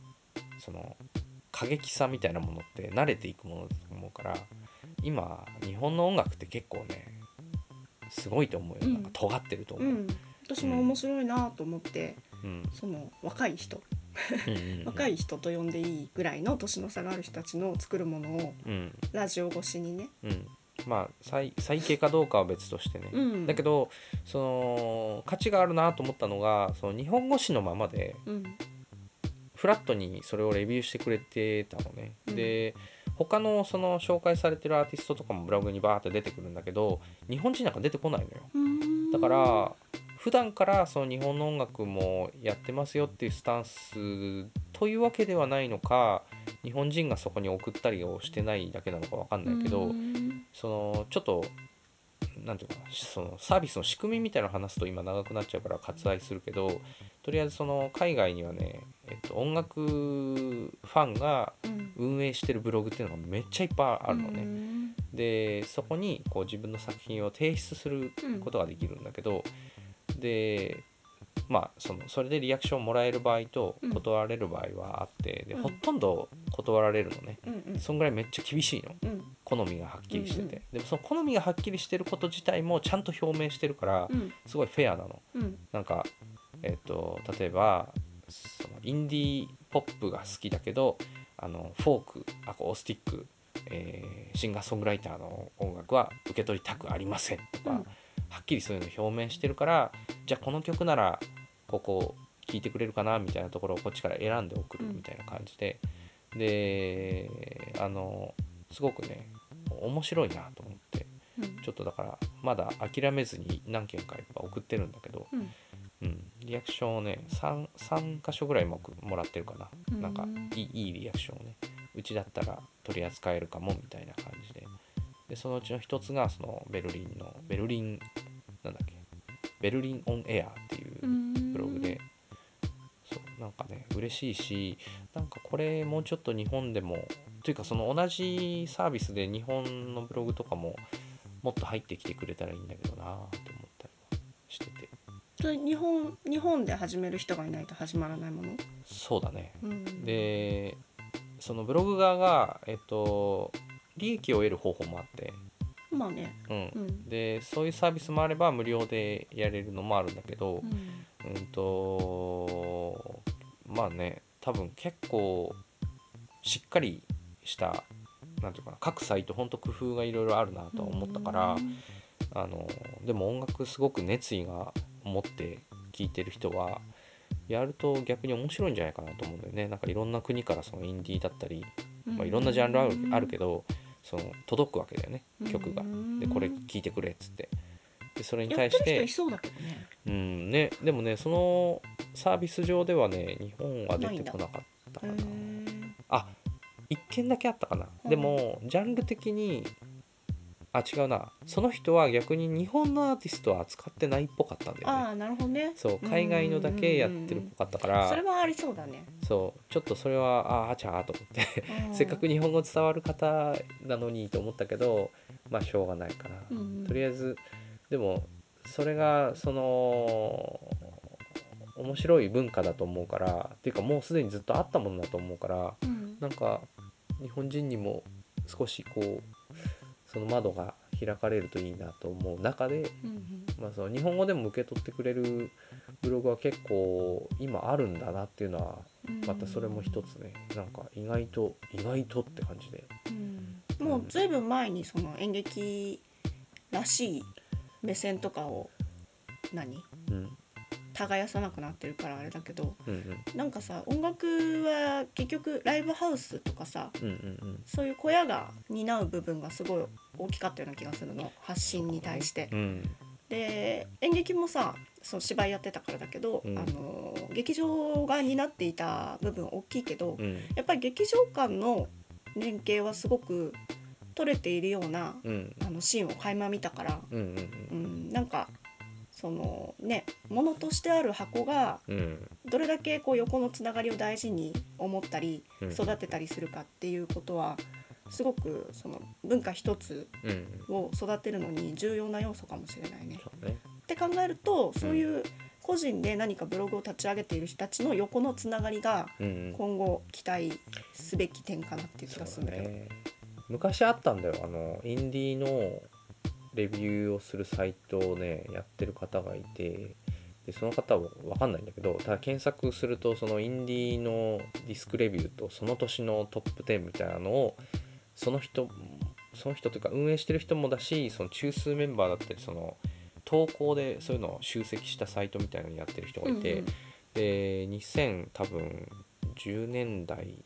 過激さみたいなものって慣れていくものだと思うから、今日本の音楽って結構ねすごいと思うよ。なんか尖ってると思う。 私も面白いなと思って、その若い人若い人と呼んでいいぐらいの年の差がある人たちの作るものを、ラジオ越しにね、 まあ最低かどうかは別としてね、だけど価値があるなと思ったのが、日本語詞のままで、フラットにそれをレビューしてくれてたのね、で他の紹介されてるアーティストとかもブログにバーって出てくるんだけど、日本人なんか出てこないのよ。だから普段から日本の音楽もやってますよっていうスタンスというわけではないのか、日本人がそこに送ったりをしてないだけなのか分かんないけど、ちょっとなんていうかな、サービスの仕組みみたいなのを話すと今長くなっちゃうから割愛するけど、とりあえず海外にはね、音楽ファンが運営してるブログっていうのがめっちゃいっぱいあるのね。でそこにこう自分の作品を提出することができるんだけど、でまあそれでリアクションもらえる場合と断られる場合はあって、でほとんど断られるのね。そんぐらいめっちゃ厳しいの、好みがはっきりしてて、でもその好みがはっきりしてること自体もちゃんと表明してるからすごいフェアなの。なんか例えばインディーポップが好きだけどフォーク、アコースティック、シンガーソングライターの音楽は受け取りたくありませんとか、はっきりそういうの表明してるから、じゃあこの曲ならここ聴いてくれるかなみたいなところをこっちから選んで送るみたいな感じで、ですごくね面白いなと思って、ちょっとだからまだ諦めずに何件かやっぱ送ってるんだけど、リアクションをね 3箇所ぐらいもらってるかな、なんかいいリアクションをね、うちだったら取り扱えるかもみたいな感じで、そのうちの一つがベルリンオンエアっていうブログで、そうなんかね嬉しいし、なんかこれもうちょっと日本でもというか同じサービスで日本のブログとかももっと入ってきてくれたらいいんだけどなと思ったりしてて。 日本で始める人がいないと始まらないもの？ そうだね、でブログ側が利益を得る方法もあって、 まあね、 でそういうサービスもあれば無料でやれるのもあるんだけど、まあね多分結構しっかりしたなんていうかな、各サイトほんと工夫がいろいろあるなとは思ったから、でも音楽すごく熱意が持って聴いてる人はやると逆に面白いんじゃないかなと思うんだよね。なんかいろんな国からインディーだったり、いろんなジャンルあるけど届くわけだよね、曲が。でこれ聴いてくれっつって、でそれに対してやってる人いそうだけどね。 でもねそのサービス上ではね日本は出てこなかったかな。あ、1件だけあったかな。でもジャンル的に違うな、その人は逆に日本のアーティストは扱ってないっぽかったんだよね。 なるほどね。 そう海外のだけやってるっぽかったから、 それはありそうだね。 そうちょっとそれはちゃーと思ってせっかく日本語伝わる方なのにと思ったけど、まあしょうがないかな、とりあえず。でもそれが面白い文化だと思うから、っていうかもうすでにずっとあったものだと思うから、なんか日本人にも少しこうその窓が開かれるといいなと思う中で、日本語でも受け取ってくれるブログは結構今あるんだなっていうのはまたそれも一つね、なんか意外とって感じで、 もうずいぶん前に演劇らしい目線とかを耕さなくなってるからあれだけど、なんかさ音楽は結局ライブハウスとかさ、そういう小屋が担う部分がすごい大きかったような気がするの、発信に対して、で演劇もさ芝居やってたからだけど、劇場が担っていた部分大きいけど、やっぱり劇場間の連携はすごく取れているような、シーンを垣間見たから、なんかそのねものとしてある箱がどれだけこう横のつながりを大事に思ったり育てたりするかっていうことはすごくその文化一つを育てるのに重要な要素かもしれないね。って考えるとそういう個人で何かブログを立ち上げている人たちの横のつながりが今後期待すべき点かなっていう気がするんだけど、 昔あったんだよ、インディーのレビューをするサイトをねやってる方がいて、でその方は分かんないんだけど、ただ検索するとそのインディーのディスクレビューとその年のトップ10みたいなのをその人というか運営してる人もだし、その中数メンバーだったりその投稿でそういうのを集積したサイトみたいなのをやってる人がいて、で多分10年代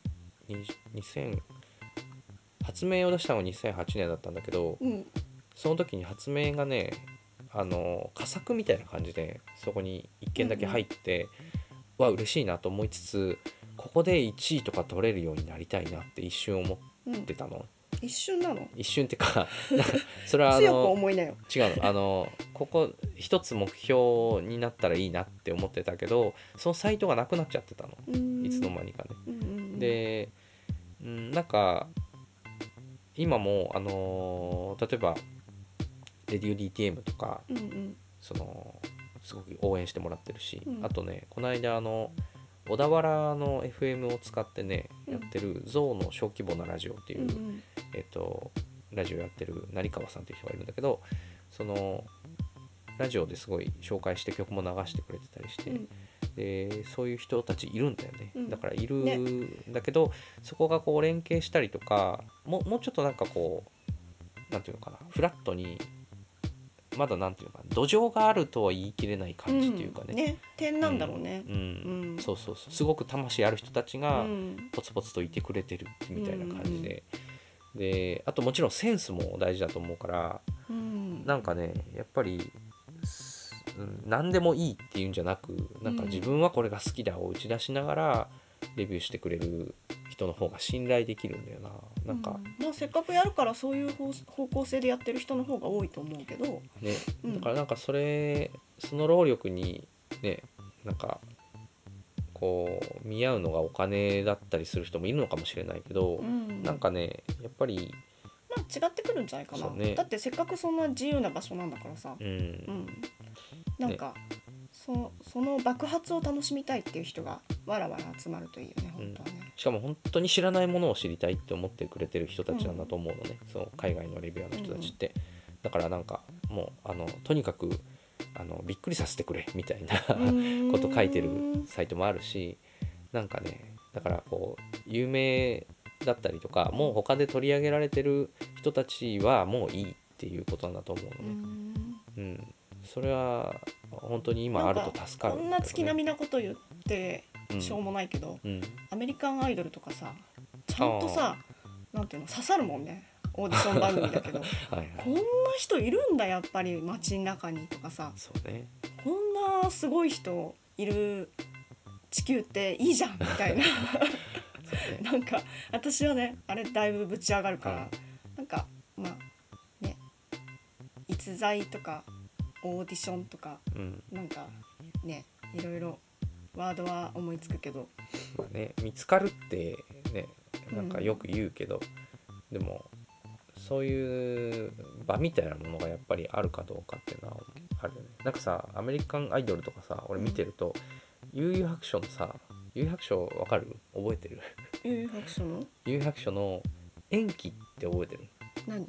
2000発明を出したのが2008年だったんだけど、その時に発明がね佳作みたいな感じでそこに1件だけ入って、わ嬉しいなと思いつつ、ここで1位とか取れるようになりたいなって一瞬思ってたの。 一瞬なの？ 一瞬ってかそれは強く思いなよ。 違うの、ここ一つ目標になったらいいなって思ってたけど、そのサイトがなくなっちゃってたの、いつの間にかね。でなんか今も例えばレディオ DTM とか、そのすごく応援してもらってるし、あとねこの間小田原の FM を使ってねやってるゾウの小規模なラジオっていう、ラジオやってる成川さんっていう人がいるんだけど、そのラジオですごい紹介して曲も流してくれてたりして、でそういう人たちいるんだよね。だからいるんだけど、そこがこう連携したりとか、もうちょっとなんかこうなんていうのかな、フラットにまだなんていうか土壌があるとは言い切れない感じっていうかね、 点なんだろうね。 そうすごく魂ある人たちがポツポツといてくれてるみたいな感じで、であともちろんセンスも大事だと思うから、なんかねやっぱり何でもいいっていうんじゃなく、なんか自分はこれが好きだを打ち出しながらレビューしてくれる人の方が信頼できるんだよな。なんか、 まあせっかくやるからそういう方向性でやってる人の方が多いと思うけど、 ね、だからなんかその労力にねなんかこう見合うのがお金だったりする人もいるのかもしれないけど、なんかねやっぱりまあ違ってくるんじゃないかな、だってせっかくそんな自由な場所なんだからさ、なんか、その爆発を楽しみたいっていう人がわらわら集まるといいよね、本当はね。 しかも本当に知らないものを知りたいって思ってくれてる人たちなんだと思うのね、そう海外のレビュアーの人たちって、だからなんかもうとにかくびっくりさせてくれみたいなこと書いてるサイトもあるし、なんかねだからこう有名だったりとかもう他で取り上げられてる人たちはもういいっていうことなんだと思うのね。それは本当に今あると助かる、ね、 こんな月並みなこと言ってしょうもないけど、アメリカンアイドルとかさちゃんとさなんていうの刺さるもんね、オーディション番組だけどはい、こんな人いるんだやっぱり街の中にとかさ、 そうね、 こんなすごい人いる地球っていいじゃんみたいななんか私はねあれだいぶぶち上がるから、なんかまあね逸材とかオーディションとか、なんかねいろいろワードは思いつくけど、 まあね、見つかるってねなんかよく言うけど、でもそういう場みたいなものがやっぱりあるかどうかっていうのはあるよね。なんかさアメリカンアイドルとかさ俺見てると、悠々白書のさ、悠々白書わかる？覚えてる？ 悠々白書の？ 悠々白書の延期って覚えてる？ 何？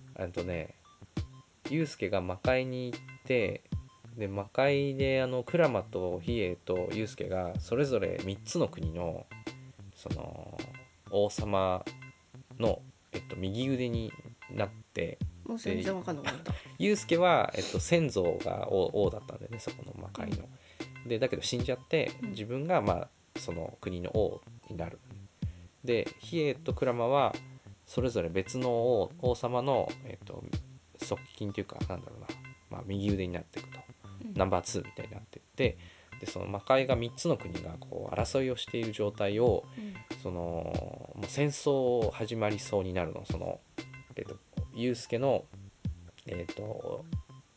ユウスケが魔界に行って、で魔界でクラマとヒエとユウスケがそれぞれ3つの国のその王様の、右腕になって、 もう全然分かんなかった。 ユウスケは、先祖が王だったんだよね、そこの魔界の。でだけど死んじゃって自分が、まあ、その国の王になる。でヒエとクラマはそれぞれ別の王様の、側近というかなんだろうな、まあ、右腕になっていくと、ナンバー2みたいになっていって、でその魔界が3つの国がこう争いをしている状態を、そのもう戦争始まりそうになるの、そのユウスケの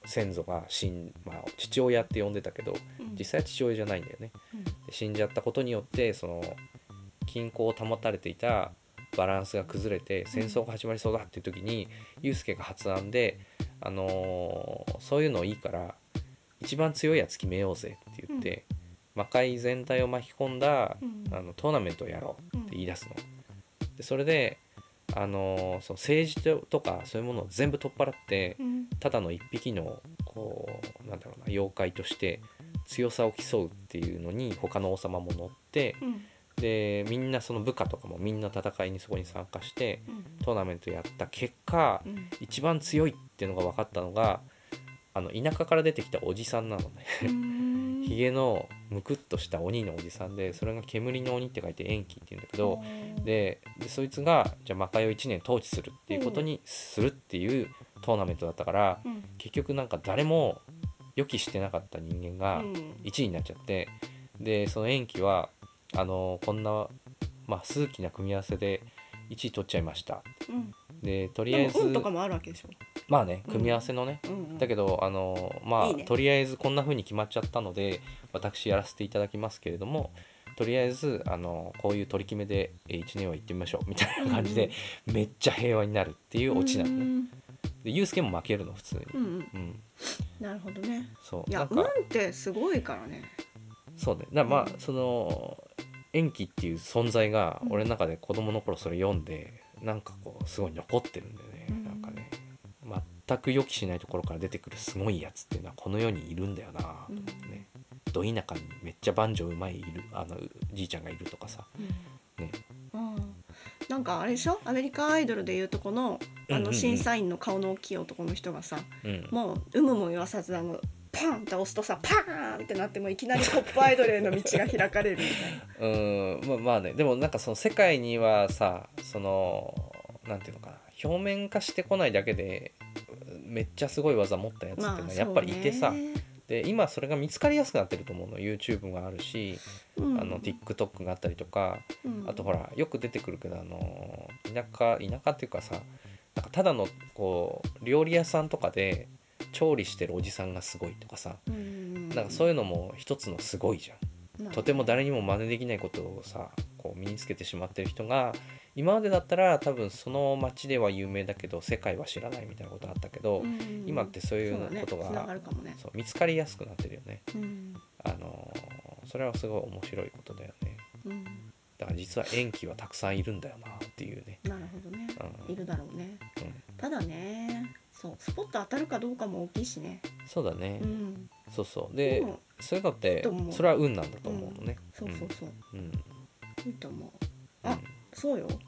先祖が父親って呼んでたけど、実際は父親じゃないんだよね。で死んじゃったことによってその均衡を保たれていたバランスが崩れて戦争が始まりそうだっていう時に、ユウスケが発案で、そういうのいいから一番強いやつ決めようぜって言って、魔界全体を巻き込んだ、トーナメントをやろうって言い出すの。でそれでその政治とかそういうものを全部取っ払って、ただの一匹のこうなんだろうな妖怪として強さを競うっていうのに他の王様も乗って、でみんなその部下とかもみんな戦いにそこに参加して、トーナメントやった結果、一番強いっていうのが分かったのが田舎から出てきたおじさんなのねひげのむくっとした鬼のおじさんで、それが煙の鬼って書いて延期っていうんだけど、でそいつがじゃあ魔界を1年統治するっていうことにするっていうトーナメントだったから、結局なんか誰も予期してなかった人間が1位になっちゃって、でその延期はこんな、数奇な組み合わせで1位取っちゃいました、でとりあえず運とかもあるわけでしょ。 まあね組み合わせのね、だけどいいね、とりあえずこんな風に決まっちゃったので私やらせていただきますけれども、とりあえずこういう取り決めで1年は行ってみましょうみたいな感じで、めっちゃ平和になるっていうオチなのね。でユウスケも負けるの普通に、 なるほどね。 そういや運ってすごいからね。 そうね。だからその延期っていう存在が俺の中で子供の頃それ読んで、なんかこうすごい残ってるんだよね、なんかね全く予期しないところから出てくるすごいやつっていうのはこの世にいるんだよなと思ってね、ど田舎にめっちゃバンジョーうまいじいちゃんがいるとかさ、ね、 なんかあれでしょ、アメリカンアイドルでいうとこの審査員の顔の大きい男の人がさ、もう有無も言わさずパンって押すとさパーンってなってもいきなりトップアイドルへの道が開かれるみたいな。 まあね、でもなんかその世界にはさ、そのなんていうのかな、表面化してこないだけでめっちゃすごい技持ったやつっていうのはやっぱりいてさ、で今それが見つかりやすくなってると思うの。 YouTube があるし、TikTok があったりとか、あとほらよく出てくるけど田舎っていうかさ、なんかただのこう料理屋さんとかで調理してるおじさんがすごいとかさ、なんかそういうのも一つのすごいじゃん。とても誰にも真似できないことをさこう身につけてしまってる人が、今までだったら多分その町では有名だけど世界は知らないみたいなことあったけど、今ってそういうことがそう見つかりやすくなってるよね。それはすごい面白いことだよね。だから実は延期はたくさんいるんだよなっていうね。 なるほどね、いるだろうね、ただね、そうスポット当たるかどうかも大きいしね。 そうだね、そうでそういうのってそれは運なんだと思うのね。 そう、いいと思う。そうよ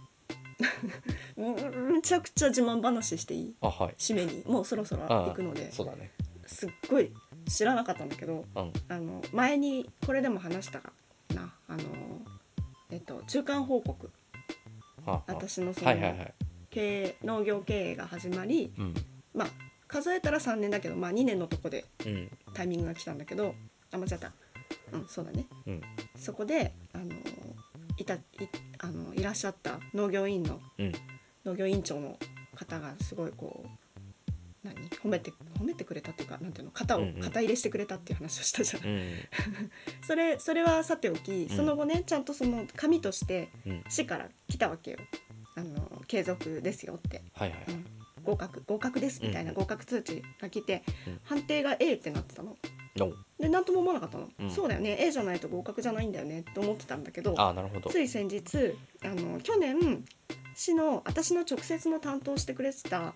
むちゃくちゃ自慢話していい？締めにもうそろそろ行くので。 そうだね。 すっごい知らなかったんだけど、前にこれでも話したかな、中間報告、私のその農業経営が始まり、数えたら3年だけど、2年のとこでタイミングが来たんだけど、間違った、そうだね、そこでいらっしゃった農業委員長の方がすごいこう褒めてくれたっていうか、なんていうの、肩入れしてくれたっていう話をしたじゃない、それはさておき、その後ねちゃんとその紙として市から来たわけよ。継続ですよって、合格ですみたいな合格通知が来て、判定が A ってなってたの。で何とも思わなかったの、そうだよね A じゃないと合格じゃないんだよねって思ってたんだけど、つい先日去年市の私の直接の担当してくれてた、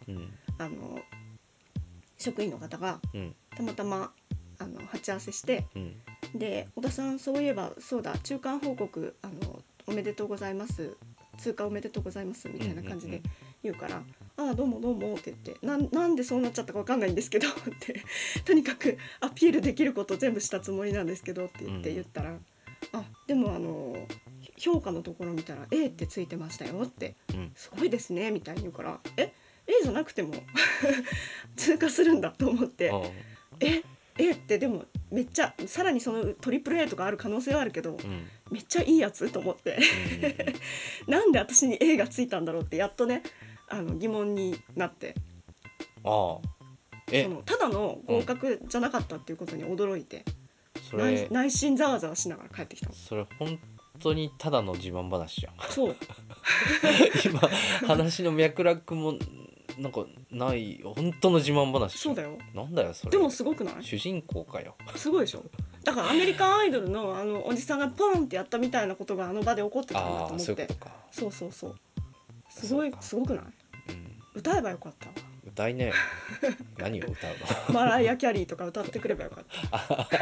職員の方がたまたま鉢合わせして、で小田さんそういえばそうだ中間報告おめでとうございます通過おめでとうございますみたいな感じで言うから、どうもどうもって言って、なんでそうなっちゃったか分かんないんですけどってとにかくアピールできることを全部したつもりなんですけどって言ったら、でも評価のところ見たら A ってついてましたよって、すごいですねみたいに言うから、A じゃなくても通過するんだと思って、A ってでもめっちゃさらにそのトリプル A とかある可能性はあるけど、めっちゃいいやつと思ってなんで私に A がついたんだろうってやっとね疑問になって、 そのただの合格じゃなかったっていうことに驚いて、 それ内心ざわざわしながら帰ってきたの。 それ本当にただの自慢話じゃん。 そう今話の脈絡もなんかない本当の自慢話。 そうだよ。 なんだよそれ。 でもすごくない？ 主人公かよ。 すごいでしょ。だからアメリカンアイドルのおじさんがポンってやったみたいなことがあの場で起こってたんだと思って。 そういうことか。 そうそうそう。すごくない？歌えばよかったわ。 歌いね。何を歌うの？ マライア・キャリーとか歌ってくればよかった。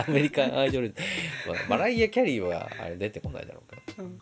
アメリカンアイドル、マライア・キャリーはあれ出てこないだろうけど。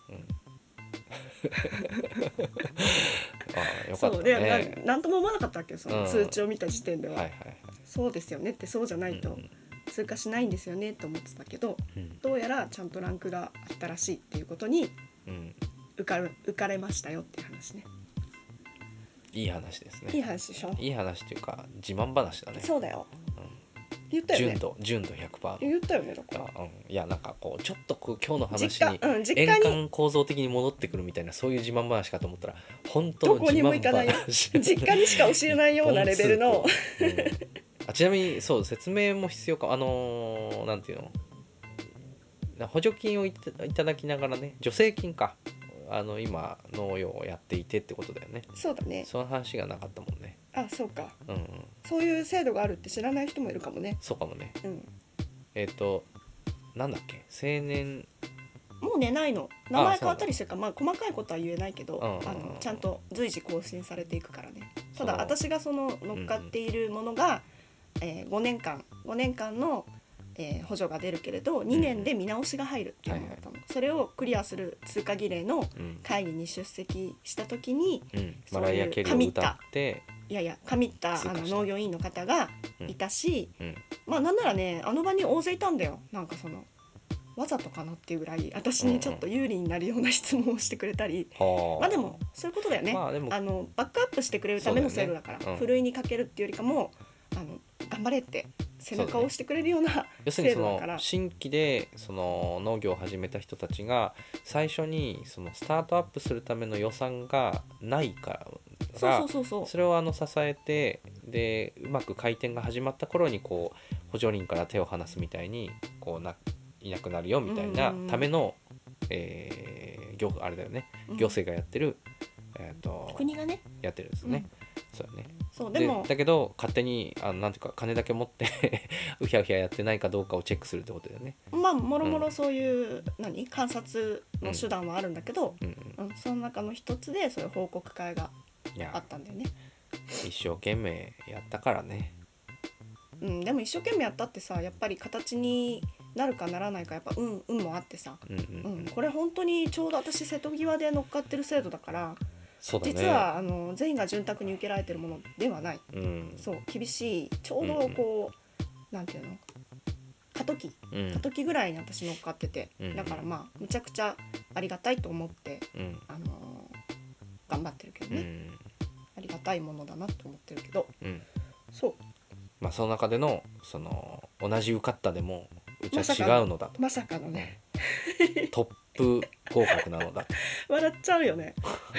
よかったね。 そうでなんとも思わなかったわけよ、その通知を見た時点では。そうですよねってそうじゃないと通過しないんですよねと思ってたけど、どうやらちゃんとランクがあったらしいっていうことに浮かれましたよっていう話ね。 いい話ですね。 いい話でしょ。 いい話っていうか自慢話だね。 そうだよ。言ったよね。 純度 100%。 言ったよねだから。 いやなんかこうちょっとこう今日の話に円環構造的に戻ってくるみたいなそういう自慢話かと思ったら本当の自慢話。どこにも行かないよ。 実家にしか教えないようなレベルの。 ちなみにそう説明も必要か。なんていうの、補助金をいただきながらね、助成金か。今農業をやっていてってことだよね。 そうだね。 その話がなかったもんね。 あ、そうか。そういう制度があるって知らない人もいるかもね。 そうかもね。なんだっけ、青年。 もうねないの。名前変わったりするか、まあ細かいことは言えないけど、ちゃんと随時更新されていくからね。ただ私がその乗っかっているものが、5年間の補助が出るけれど2年で見直しが入るっていうのがあったの。それをクリアする通過儀礼の会議に出席した時に、 マライア・キャリーを歌って神った農業委員の方がいたし、まあなんならねあの場に大勢いたんだよ。なんかそのわざとかなっていうぐらい私にちょっと有利になるような質問をしてくれたり、まあでもそういうことだよね。バックアップしてくれるための制度だから、ふるいにかけるっていうよりかも頑張れって背中を押してくれるような制度だから。 要するにその新規でその農業を始めた人たちが最初にそのスタートアップするための予算がないからそれを支えて、でうまく回転が始まった頃にこう補助輪から手を離すみたいにこういなくなるよみたいなための、あれだよね、行政がやってる、 国がねやってるんですね。そうだね。 そうでもだけど勝手になんていうか金だけ持ってうひゃうひゃやってないかどうかをチェックするってことだよね。 まあもろもろそういう、観察の手段はあるんだけど、その中の一つでそういう報告会があったんだよね。 一生懸命やったからね。 でも一生懸命やったってさやっぱり形になるかならないかやっぱ運もあってさ、これ本当にちょうど私瀬戸際で乗っかってる制度だから。そうだね、実は全員が潤沢に受けられてるものではない、そう厳しいちょうどこう、なんていうの過渡期ぐらいに私乗っかってて、だからまあむちゃくちゃありがたいと思って、頑張ってるけどね、ありがたいものだなと思ってるけど、そうまあその中でのその同じ受かったでもうちは違うのだと、 まさかのねトップ合格なのだと笑っちゃうよね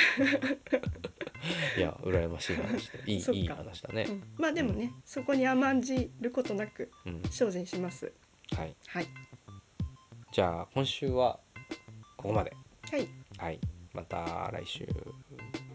いや羨ましい話でいい話だね、 まあでもね、そこに甘んじることなく精進します、 はい、じゃあ今週はここまで。 はい、 また来週。